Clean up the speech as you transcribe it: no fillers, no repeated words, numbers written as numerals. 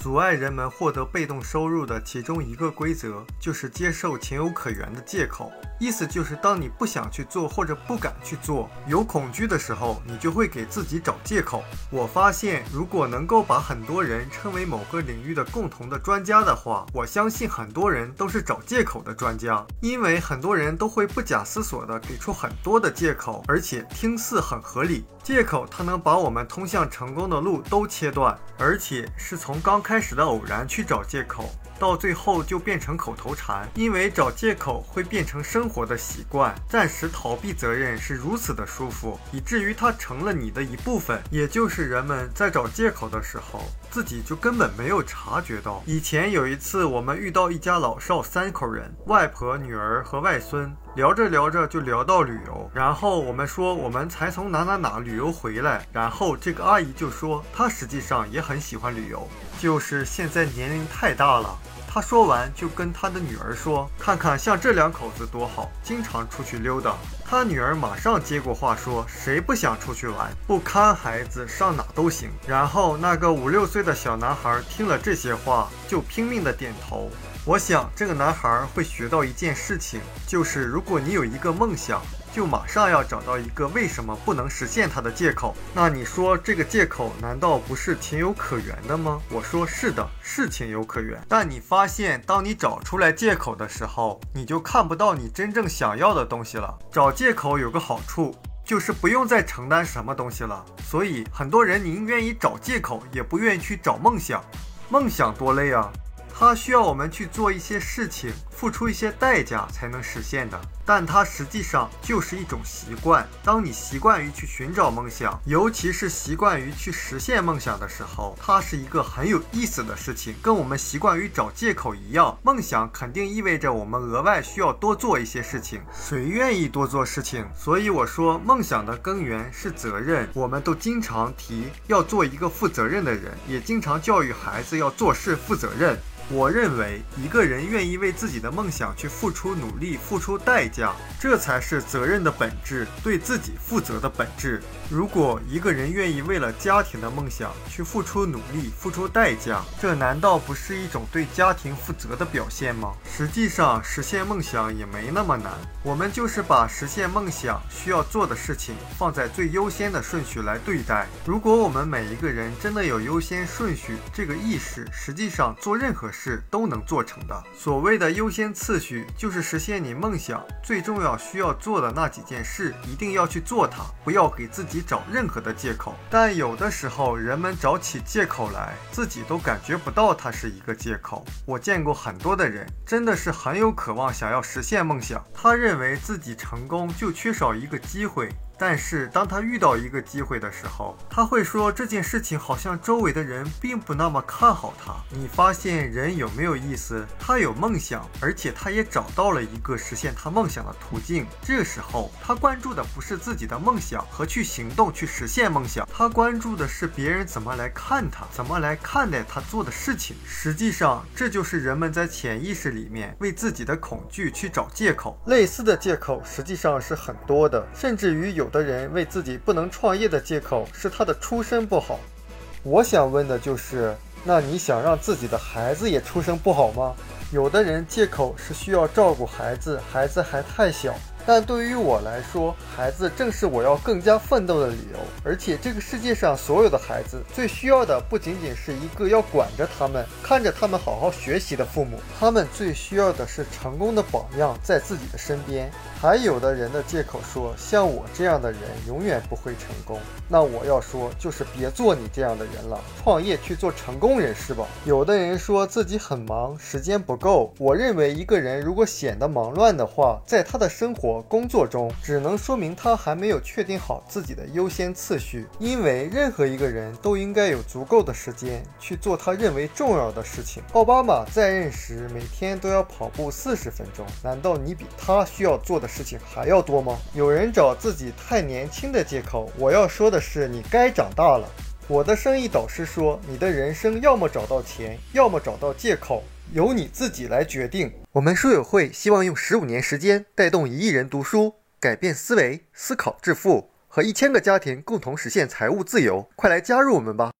阻碍人们获得被动收入的其中一个规则，就是接受情有可原的借口。意思就是，当你不想去做或者不敢去做，有恐惧的时候，你就会给自己找借口。我发现，如果能够把很多人称为某个领域的共同的专家的话，我相信很多人都是找借口的专家，因为很多人都会不假思索地给出很多的借口，而且听似很合理。借口它能把我们通向成功的路都切断，而且是从刚开始的偶然去找借口，到最后就变成口头禅，因为找借口会变成生活的习惯。暂时逃避责任是如此的舒服，以至于它成了你的一部分。也就是人们在找借口的时候，自己就根本没有察觉到。以前有一次，我们遇到一家老少3口人，外婆、女儿和外孙。聊着聊着就聊到旅游，然后我们说我们才从哪旅游回来，然后这个阿姨就说她实际上也很喜欢旅游，就是现在年龄太大了。她说完就跟她的女儿说，看看像这2口子多好，经常出去溜达。她女儿马上接过话说，谁不想出去玩，不看孩子上哪都行。然后那个5、6岁的小男孩听了这些话就拼命的点头。我想这个男孩会学到一件事情，就是如果你有一个梦想，就马上要找到一个为什么不能实现它的借口。那你说这个借口难道不是情有可原的吗？我说是的，是情有可原。但你发现当你找出来借口的时候，你就看不到你真正想要的东西了。找借口有个好处，就是不用再承担什么东西了。所以很多人宁愿意找借口，也不愿意去找梦想。梦想多累啊，它需要我们去做一些事情，付出一些代价才能实现的，但它实际上就是一种习惯。当你习惯于去寻找梦想，尤其是习惯于去实现梦想的时候，它是一个很有意思的事情。跟我们习惯于找借口一样，梦想肯定意味着我们额外需要多做一些事情。谁愿意多做事情？所以我说，梦想的根源是责任。我们都经常提要做一个负责任的人，也经常教育孩子要做事负责任。我认为一个人愿意为自己的梦想去付出努力、付出代价，这才是责任的本质，对自己负责的本质。如果一个人愿意为了家庭的梦想去付出努力、付出代价，这难道不是一种对家庭负责的表现吗？实际上，实现梦想也没那么难，我们就是把实现梦想需要做的事情放在最优先的顺序来对待。如果我们每一个人真的有优先顺序这个意识，实际上做任何事都能做成的。所谓的优先次序，就是实现你梦想最重要需要做的那几件事，一定要去做它，不要给自己找任何的借口。但有的时候人们找起借口来，自己都感觉不到它是一个借口。我见过很多的人真的是很有渴望想要实现梦想，他认为自己成功就缺少一个机会，但是当他遇到一个机会的时候，他会说这件事情好像周围的人并不那么看好他。你发现人有没有意思？他有梦想，而且他也找到了一个实现他梦想的途径。这时候他关注的不是自己的梦想和去行动去实现梦想，他关注的是别人怎么来看他，怎么来看待他做的事情。实际上这就是人们在潜意识里面为自己的恐惧去找借口。类似的借口实际上是很多的，甚至于有的人为自己不能创业的借口是他的出身不好。我想问的就是，那你想让自己的孩子也出身不好吗？有的人借口是需要照顾孩子，孩子还太小。但对于我来说，孩子正是我要更加奋斗的理由。而且这个世界上所有的孩子最需要的不仅仅是一个要管着他们、看着他们好好学习的父母，他们最需要的是成功的榜样在自己的身边。还有的人的借口说，像我这样的人永远不会成功。那我要说，就是别做你这样的人了，创业去做成功人士吧。有的人说自己很忙，时间不够。我认为一个人如果显得忙乱的话，在他的生活工作中，只能说明他还没有确定好自己的优先次序。因为任何一个人都应该有足够的时间去做他认为重要的事情。奥巴马在任时每天都要跑步40分钟，难道你比他需要做的事情还要多吗？有人找自己太年轻的借口，我要说的是，你该长大了。我的生意导师说，你的人生要么找到钱，要么找到借口，由你自己来决定。我们书友会希望用15年时间带动1亿人读书，改变思维，思考致富，和1000个家庭共同实现财务自由。快来加入我们吧！